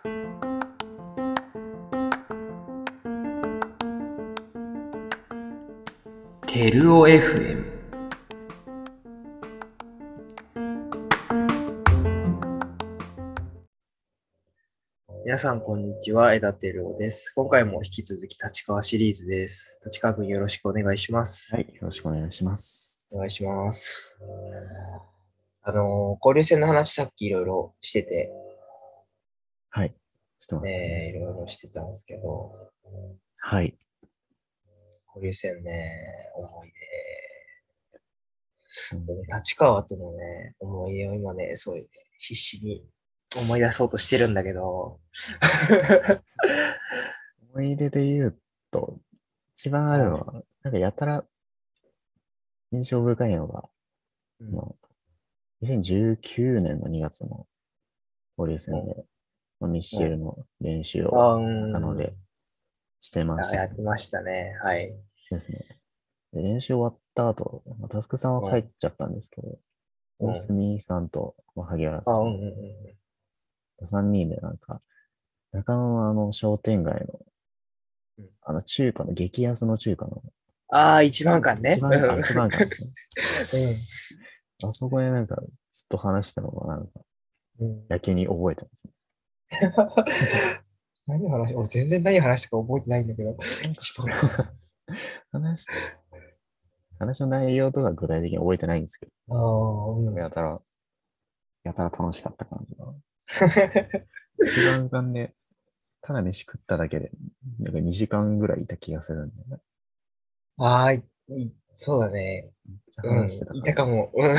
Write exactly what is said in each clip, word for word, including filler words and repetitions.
テルオ エフエム。皆さんこんにちは、枝テルオです。今回も引き続き立川シリーズです。立川君よろしくお願いします。 はい、よろしくお願いします。 お願いします。あのー、交流戦の話さっきいろいろしてて、 はい、してますね。 ね、いろいろしてたんですけど、 はい。 交流戦ね、思いうん出。立川とのね、思い出を今ね、そういうね、必死に思い出そうとしてるんだけど、 思い出で言うと、一番あるのは、なんかやたら印象深いのが、 うん、 そのにせんじゅうきゅうねんのにがつの交流戦で、まあミッうん、 シェルの練習をあ、うん、 中野でしてましたね。 ややってましたね。はい。 ですね。で練習終わった後、まあタスクさんは帰っうん、 ちゃったんですけど、大うん。 隅さんと、まあ、萩原あ、 さん、 うん、うん、うん。 さんにんでなんか、中野のあの商店街の、 うん。 あの中華の、激安の中華のああ、一番館ね。う一番、あ、 ん。 一番館ですね。 うあそこでなんかずっと話したのがなんか、 ん。うん。 やけに覚えてますね。 何話、俺全然何話したか覚えてないんだけど。一番館。 話、話の内容とか具体的に覚えてないんですけああ、うど、 ん。 やたら、やたら楽しかった感じが。一番館で、ただ飯食っただけで、なんかにじかんぐらいいた気がするんで、ね、 ああ、いいそうだね。 めっちゃうん。 話してたから。 いたかも。うん。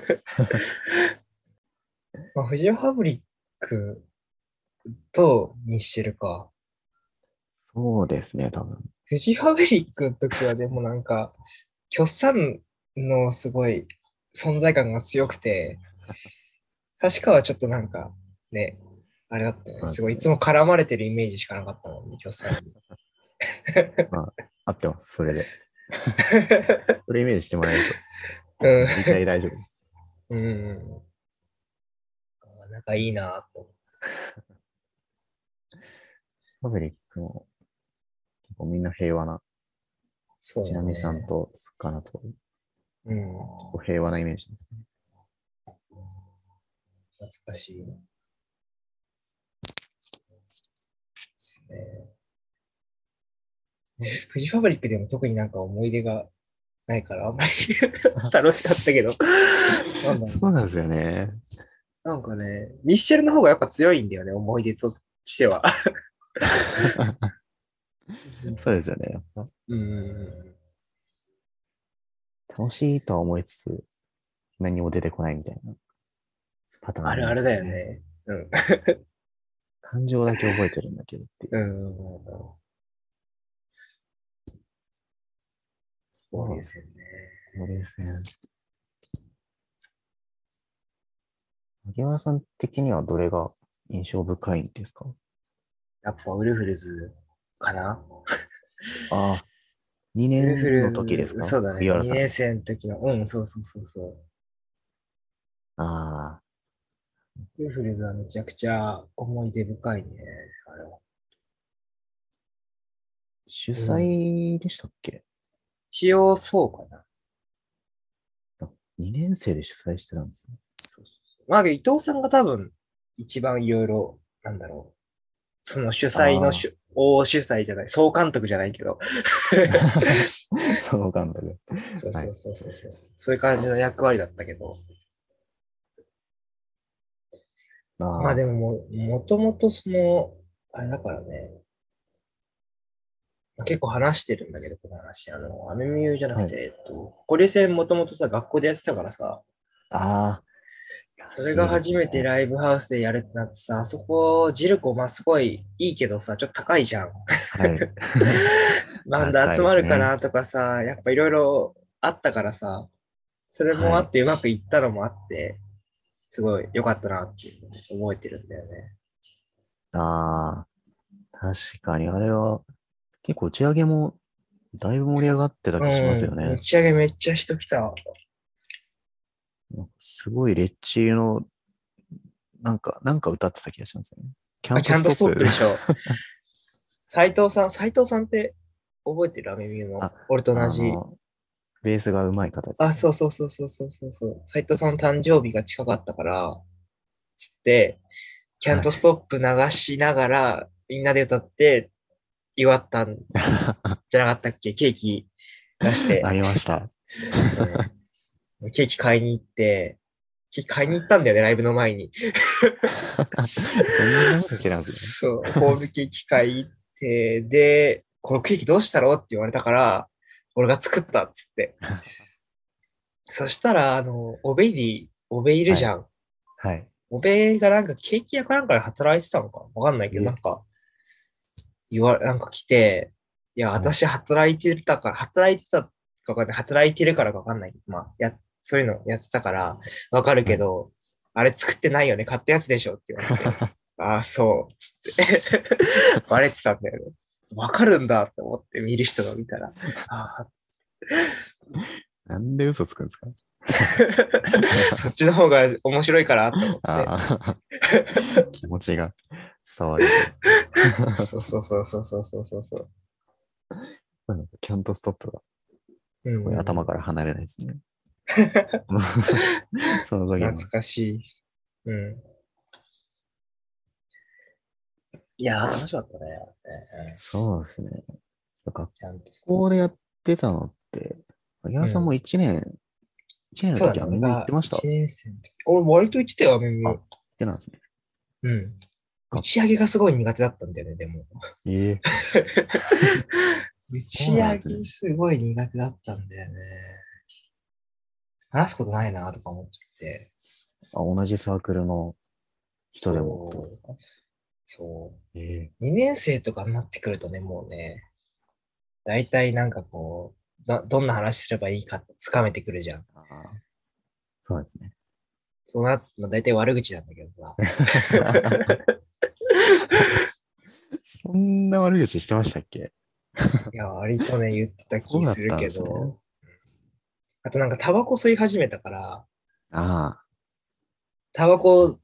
まあ、フジオファブリックとミッシェルか。 そうですね、多分。 フジファブリックの時はでもなんか、キョッサンのすごい存在感が強くて、確かはちょっとなんか、ね、あれだったよね。 そうなんですよね。 すごいいつも絡まれてるイメージしかなかったもんね、キョッサンに。 まあ、合ってます、それで。それイメージしてもらえると、 うん。 大体大丈夫です。 うん。仲いいなと。 パブリックも結構みんな平和な、 そうだちなみさんね。 とスッカナとうん。 結構平和なイメージですね。 懐かしいですね。フジファブリックでも特になんか思い出がないから、あんまり楽しかったけど。なんだろう。 そうなんですよね。 なんかね、ミッシェルの方がやっぱ強いんだよね、思い出としては。 そうですよね。やっぱうん。 楽しいとは思いつつ、何も出てこないみたいなパターンありあるあるだますよね。 よね。うん。 感情だけ覚えてるんだけどっていう。 うん。そうまあ、 ですよね。 そうですね。萩原さん的にはどれが印象深いんですか？ やっぱウルフルズかな。 ああ、 ウル 2 フ年の時ですルズ、 か？ そうだね。 萩原さんが。 にねん生の時の、うん、そうそうそうそう。 ああ、 ウルフルズはめちゃくちゃ思い出深いね。あれは。 主うん。 催でしたっけ？ 一応そうかな。 あ、にねん生で主催してたんですね。 そうそうそう。まあ、伊藤さんが多分一番いろいろ、なんだろう。その主催のあ主、大主催じゃない、総監督じゃないけど。 あ、その監督。 そうはい。 そうそうそうそう。そういう感じの役割だったけど。まあああ、 でもも、もともとその、あれだからね、まあ結構話してるんだけど、この話。あの、アメミューじゃなくはい。 て、えっと、国立戦もともとさ、学校でやってたからさ、 ああ、らそれがしいです初めてね。 ライブハウスでやるってなってさ、あそこ、ジルコ、まあすごいいいけどさ、ちょっと高いじゃん。 はい。 バンド高い集まですね。 るかなとかさ、やっぱいろいろあったからさ、それもはい。 あってうまくいったのもあって、すごい良かったなっていうのを覚えてるんだよね。 ああ、確かに、あれは、結構打ち上げもだいぶ盛り上がってたう気しますよん、打ね。 ち上げめっちゃ人来た。 なんかすごいレッチリの、なんか、なんか歌ってた気がしますね。 あ、 キャンキャントストプストップ。 ップでしょ。斉藤さん、斉藤さんって覚えてるアメミューの。 あ、 俺と同じ。 あの、ベースが上手い方ですあ、 ね。 そうそうそうそうそうそうそう。斉藤さんの誕生日が近かったから、つって、キャンはい。 トストップ流しながら、みんなで歌って祝ったんじゃなかったっけ？ケーキ出しあて。 りました。 そう。ケーキ買いに行って、ケーキ買いに行ったんだよね、ライブの前に。 そんなことしてたんですね。 そう、ホールケーキ買い行って、で、このケーキどうしたろうって言われたから、俺が作ったっつって。そしたら、あの、オベイディ、オベいるはい。 じゃん。 はい。 オベイがなんかケーキ屋かなんかで働いてたのかわかんないけど、なえ、 んか、言わ、なんか来て、いや、 はい。 私働いてたから、働いてたかわかんない、働いてるからかわかんないけど、まあ、や、そういうのやってたから、わかるはい。 けど、あれ作ってないよね、買ったやつでしょって言われて、ああ、そう、つってバレてたんだよね。わかるんだって思って見る人が見たら、ああ、 なんで嘘つくんですか？ そっちの方が面白いからって思って。 ああ、気持ちが伝わると。 そうそうそうそうそうそうそうそう。 なんかキャントストップがうんすごいうんうん。 頭から離れないですね。その時懐の。 かしい。うん。いやー、楽しかったね。 そうですね。学ちゃんとした。 校でやってたのって、萩原さんもうん。 いちねん、いちねんのそうだね。 時アメミュー行っ俺がてました？ いちねん生の時。俺割と言ってたよ、アメミあ、 ュー。 行ってなんですね。 うん。打学ち上げがすごい苦手だったんだよね、でも。 ええ、 打そうち上なんですね。 げすごい苦手だったんだよね。話すことないなとか思っちゃって。 あ、同じサークルの人でもってことそう。 ですか？ そええ、 う。にねん生とかになってくるとね、もうね、大体なんかこう、ど、どんな話すればいいかってつかめてくるじゃん。 ああ、そうですね。 そうな、まあ、大体悪口なんだけどさ。 そんな悪口してましたっけ？ いや、割とね、言ってたそうだっ気するたんですね。 けど、あとなんかタバコ吸い始めたから、 あタバコ、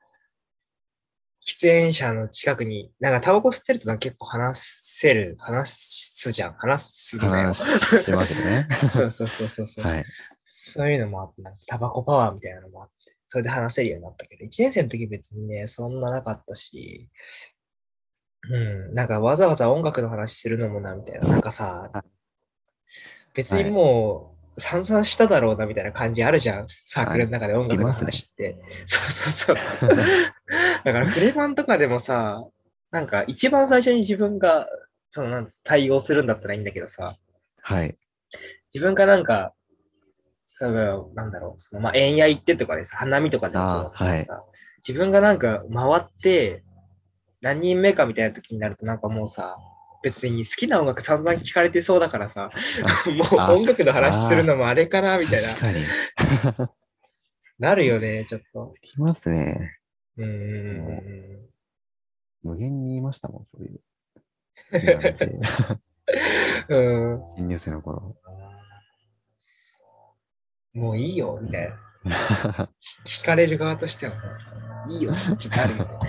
喫煙者の近くに、なんかタバコ吸ってるとなんか結構話せる、話すじゃん。話すあ、 んだよ。 話しますよね。 そうそうそうそうそう。 はい。 そういうのもあって、なんかタバコパワーみたいなのもあって、それで話せるようになったけど、いちねん生の時別にね、そんななかったし、うん、なんかわざわざ音楽の話するのもな、みたいな。なんかさ、 あ、 別にはい。 もう散々しただろうな、みたいな感じあるじゃん。サーあクルの中で音楽のりますね。 話って。そうそうそう。だからフレマンとかでもさ、なんか一番最初に自分が、そのなん対応するんだったらいいんだけどさ、 はい。 自分がなんか、例えばなんだろう、そのまあ、遠野行ってとかでさ、花見とかでもそうだああ、はい。 ったけどさ、自分がなんか回って、何人目かみたいな時になるとなんかもうさ、別に好きな音楽散々聴かれてそうだからさ、 あ、 もうあ、 音楽の話するあのもあれかなみあ、 たいな、 確かに。 なるよね、ちょっと。 きますね。 うーもん。 う、無限に言いましたもん、そういう好きな話。 うん。 新入生の頃。 もういいよ、みたいな。聞かれる側としてはさ、いいよ、ちょっとあるよね。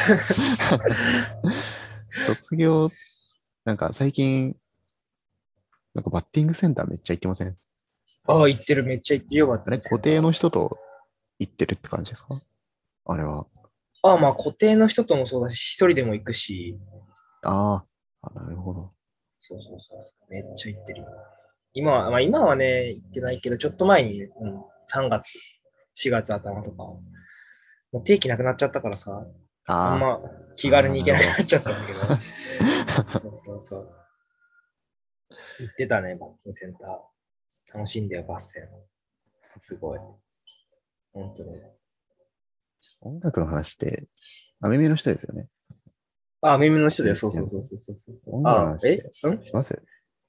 卒業、なんか最近、なんかバッティングセンターめっちゃ行ってません？ ああ、言ってる、めっちゃ言ってるよ、バッテあれ、 ィングセンター。 固定の人と行ってるって感じですか？あれは。 ああ、まあ固定の人ともそうだし、一人でも行くし、 ああ、あ、なるほど。 そうそうそうそう、めっちゃ行ってるよ。今は、まあ今はね、行ってないけど、ちょっと前にね、うん、さんがつ、しがつ頭とか、もう定期なくなっちゃったからさ、あんあまあ、 気軽ああ、 に行けなくなるほど。 なっちゃったんだけど、そうそうそう。行ってたね、バッティングセンター。楽しんだよ、バッセン。すごい。本当に。 音楽の話って、アメミの人ですよね。 あ、耳の人だよ。 新そうそうそう人なんですね。 そうそうそう。 音楽のあ、え話ってんします？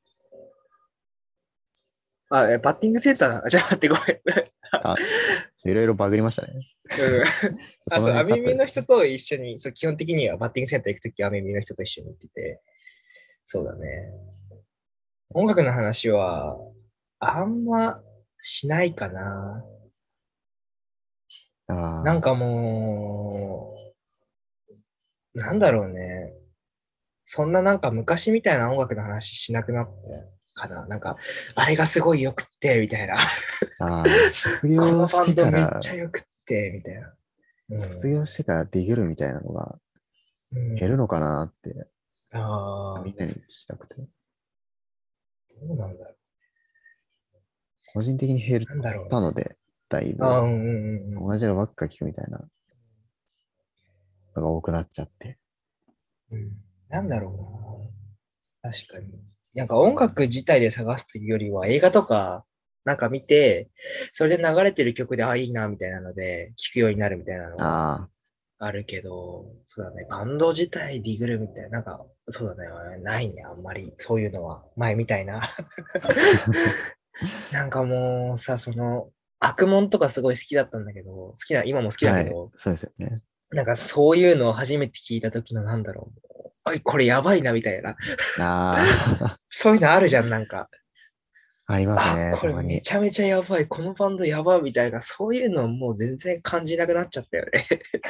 あ、え、バッティングセンターな。じゃあ待って、ごめん。 あ、いろいろバグりましたね。 うん。あ、そう、 このアメミ辺カットですね。 の人と一緒に、そう、基本的にはバッティングセンター行くときはアメミの人と一緒に行ってて、そうだね。音楽の話は、あんましないかな。なんあかもう、 なんだろうね。そんななんか昔みたいな音楽の話しなくなったかな。なんか、あれがすごいよくって、みたいな。 ああ、卒この業してバンドめっからちゃよくって、みたいな。 卒業してからディグルみたいなのがうん。うん。 減るのかなってああ、 みんなに聞きたくて。 どうなんだろ個人的に減っう。なんだろうね。 たので、だいああ、 ぶうんうんうん同じのばっか聞くみたいなのが多くなっちゃって。 うん。うん。なんだろうな。確かに。なんか音楽自体で探すというよりは映画とか、なんか見て、それで流れてる曲で、あ、いいな、みたいなので、聴くようになるみたいなのはああるけど、そうだね、バンド自体ディグルみたいな、なんか、そうだね、ないね、あんまり、そういうのは、前みたいな。 あ。 なんかもうさ、その、悪もんとかすごい好きだったんだけど、好きな、今も好きだはい。 けど、 そうですよね。 なんかそういうのを初めて聞いた時のなんだろう。おい、これやばいな、みたいな。 ああ。 そういうのあるじゃん、なんか。 ありますあ、 ね、 これたまに。 めちゃめちゃやばい、このバンドやばい、みたいな、そういうのもう全然感じなくなっちゃったよね。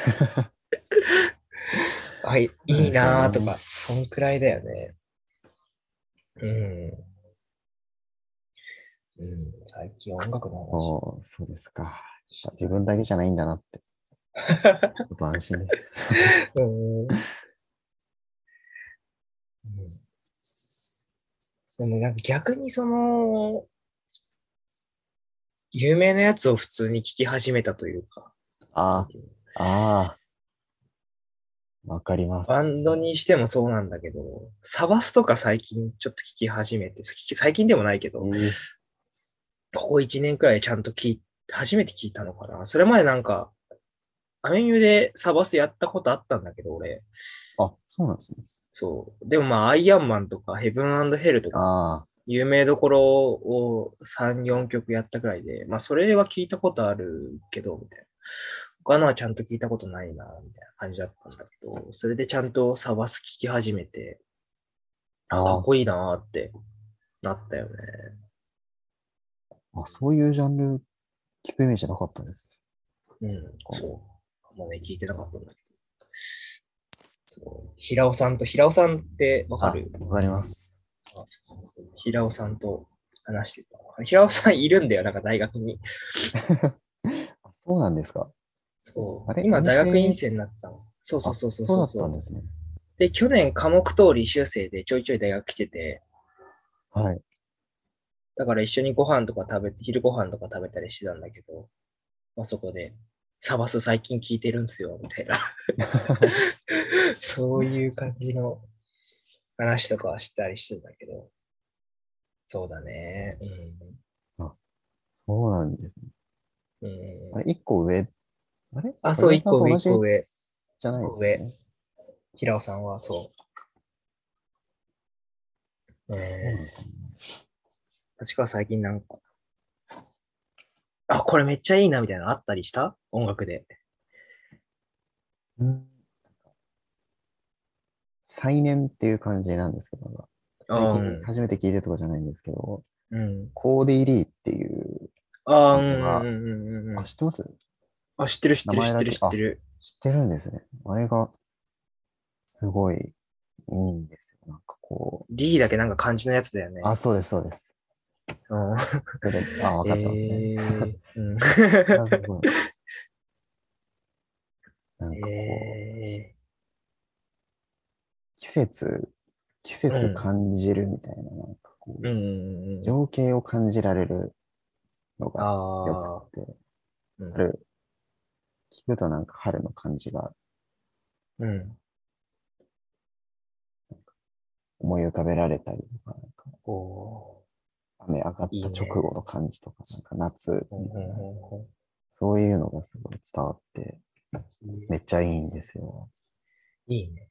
あ、いそうなんいいですよね。 なーとか、そんくらいだよね。うん。うん。最近音楽の話。 そう、そうですか。自分だけじゃないんだなって、ちょっと安心です。 うん。うんでもなんか逆にその、有名なやつを普通に聞き始めたというか、なんあていうのあ、ああ、わかりまバす。 ンドにしてもそうなんだけど、サバスとか最近ちょっと聞き始めて、最近でもないけど、 ええ、 ここいちねんくらいちゃんと聞い、初めて聞いたのかな。それまでなんか、アメニューでサバスやったことあったんだけど、俺。 あ、そうなんですね。 そう。でもまあ、アイアンマンとかヘブンヘルとか、 あ有名どころをさん、よんきょくやったくらいで、まあ、それは聞いたことあるけど、みたいな。他のはちゃんと聞いたことないな、みたいな感じだったんだけど、それでちゃんとサバス聞き始めて、 あ、 あ、かああ、そっこいいなってなったよね。 う、あ、そういうジャンル聞くイメージなかったです。 うん、 こそう。もうね、聞いてなかったんだけど。そう。平尾さんと、平尾さんってわうあ、 かる？ わかります。 あ、そうそう。平尾さんと話してた。平尾さんいるんだよ、なんか大学に。 あ、そうなんですか。 そう。 あれ、 今、大学院衛星、 生になったの。そうそうあ、 そうそうそうだったんそうそう。 ですね。 で、去年、科目通り修正でちょいちょい大学来てて、 はい。 だから一緒にご飯とか食べて、昼ご飯とか食べたりしてたんだけど、まあ、そこで、サバス最近聞いてるんすよ、みたいな。そういう感じの話とかはしたりしてたけど、そうだね。 あ、そうなんですね。 うん。うん。 あれ、一個上、あれあ、そう、 鳥谷さん一個上、 と同じ一個上。 じゃ一個上。 ないですよね。 平尾さんは、そう。えそうなんですね。 ー、確か最近なんか、あ、これめっちゃいいな、みたいなのあったりした音楽で。 うん。再燃っていう感じなんですけど、最近うん。 初めて聞いてとかじゃないんですけど、 うん。 コーディ・リーっていうああ、うんバンドが、 うんうんうんうあ、 ん。 知ってます？ あ、知ってる知ってる知ってる名前だけ、あ、 知ってる。 知ってるんですね。あれがすごいいいんですよ。なんかこう、 リーだけなんか漢字のやつだよあ、 ね。 そうです、そうです。 うん。 それで、あ、わかってますね。 えー、うん。 あ、すごい。なんかこう、 え季節、季ー、う節ん。 感じるみたいな、なんかこう、 うんうんうん。 情景を感じられるのあがよくあ、 て、 うん。 春、聞くとなんか春の感じがうん。 思い浮かべられたりとか、なんかお雨上がっー、いたいね。 直後の感じとか、なんか夏ほんほんみたいな、 ほんほそういうのがすごい伝わって、 ん。いいね。 めっちゃいいんですよ。 いいね。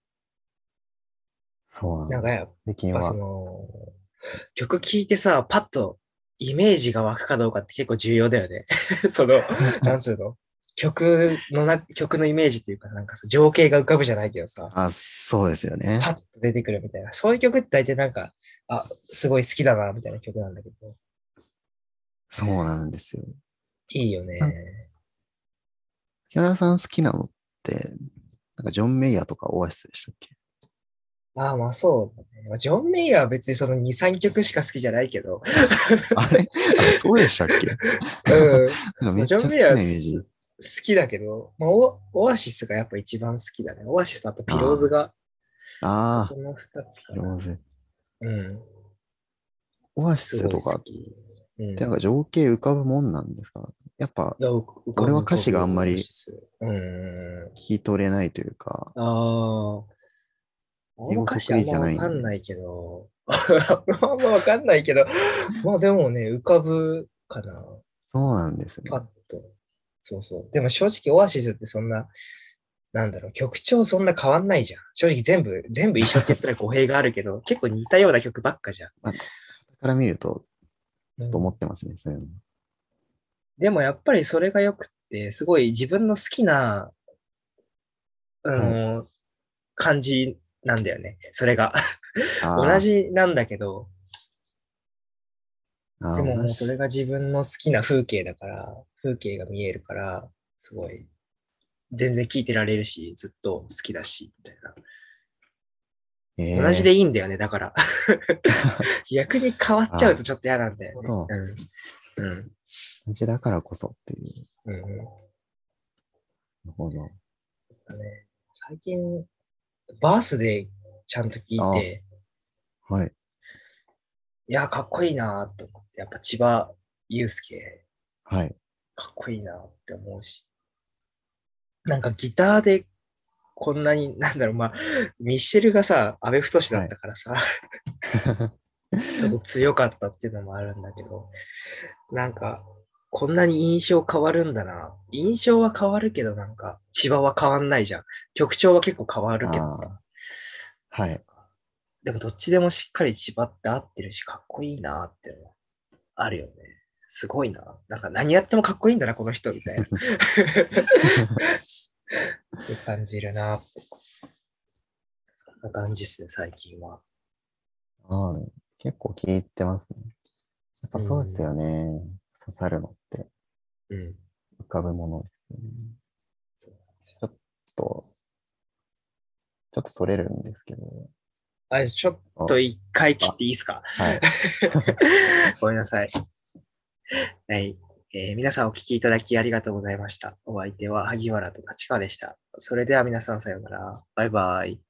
そうなんなんかやっです。最近ぱそは、 の、曲聴いてさ、パッとイメージが湧くかどうかって結構重要だよね。その、なんつうの曲のな、曲のイメージっていうか、なんかさ、情景が浮かぶじゃないけどさ、 あ、そうですよね。 パッと出てくるみたいな。そういう曲って大体なんか、あ、すごい好きだな、みたいな曲なんだけど。 そうなんですよ。 いいよなんかね。 木原さん好きなのって、 なんかジョン・メイヤーとかオアシスでしたっけ？ ああ、まあそうだね。まあジョン・メイヤーは別にそのに、さんきょくしか好きじゃないけど。 あれあ、そうでしたっけ？ うん。 なんかめっジョン・メイヤーちゃ好きなイメージ。 す好きだけど、まあ、オ、オアシスがやっぱ一番好きだね。オアシスあとピローズあが、 あ、ああ、 そこの二つかな。 ローズ。 うん。 オアシすごいスとかっ好き。うん。 てなんか情景浮かぶもんなんですか？やっぱ、 いや、浮浮か俺はぶ浮かぶ歌詞があんまりオアシス。うん。 聞き取れないというか、 ああ、俺英も歌詞あん語得意じまわかゃないんで。 んないけど、あんまわかんないけど、まあでもね、浮かぶかな。 そうなんですね。 パッと。そうそう。でも正直オアシスってそんな、なんだろう、曲調そんな変わんないじゃん。正直全部、全部一緒って言ったら語弊があるけど、結構似たような曲ばっかじゃん。 まあ、から見ると、ちょっと思うん、 ってますね、そういうの。 でもやっぱりそれがよくって、すごい自分の好きな、あはい。 の、感じなんだよね。それが。同あじなんだけど、 あ、ああ、 でも同じ。 もうそれが自分の好きな風景だから、風景が見えるから、すごい、全然聴いてられるし、ずっと好きだし、みたいな。同じでええいいんだよね、だから。逆に変わっちゃうとああ、 ちょっと嫌なんだよね。 なるほど。 うん。うん。 同じだからこそっていう。 うん。うんなるほど。 ね、最近、バースでちゃんと聞いあて、 あ、はい。 いや、かっこいいなと思って、やっぱ千葉祐介、 はい。 かっこいいなって思うし。なんかギターでこんなに、なんだろう、まあ、ミッシェルがさ、阿部太だっはい。 たからさ、ちょっと強かったっていうのもあるんだけど、なんか、こんなに印象変わるんだな。印象は変わるけど、なんか、千葉は変わんないじゃん。曲調は結構変わるけどさ。 ああ、はい。 でもどっちでもしっかり千葉って合ってるし、かっこいいなってのあるよね。すごいな。なんか何やってもかっこいいんだな、この人、みたいな。って感じるなって。そんな感じですね、最近は。 ああ、結構聞いてますね。やっぱうそうですよん。 ね。刺さるのってうん。 浮かぶものですよね。 そうなんですよ。 ちょっと、ちょっとそれるんですけど。 あ、ちょっとあ、 一回切っあ、 ていいですか？ はい。 ごめんなさい。はい。えー皆さんお聞きいただきありがとうございました。お相手は萩原と立川でした。それでは皆さんさようなら。バイバイ。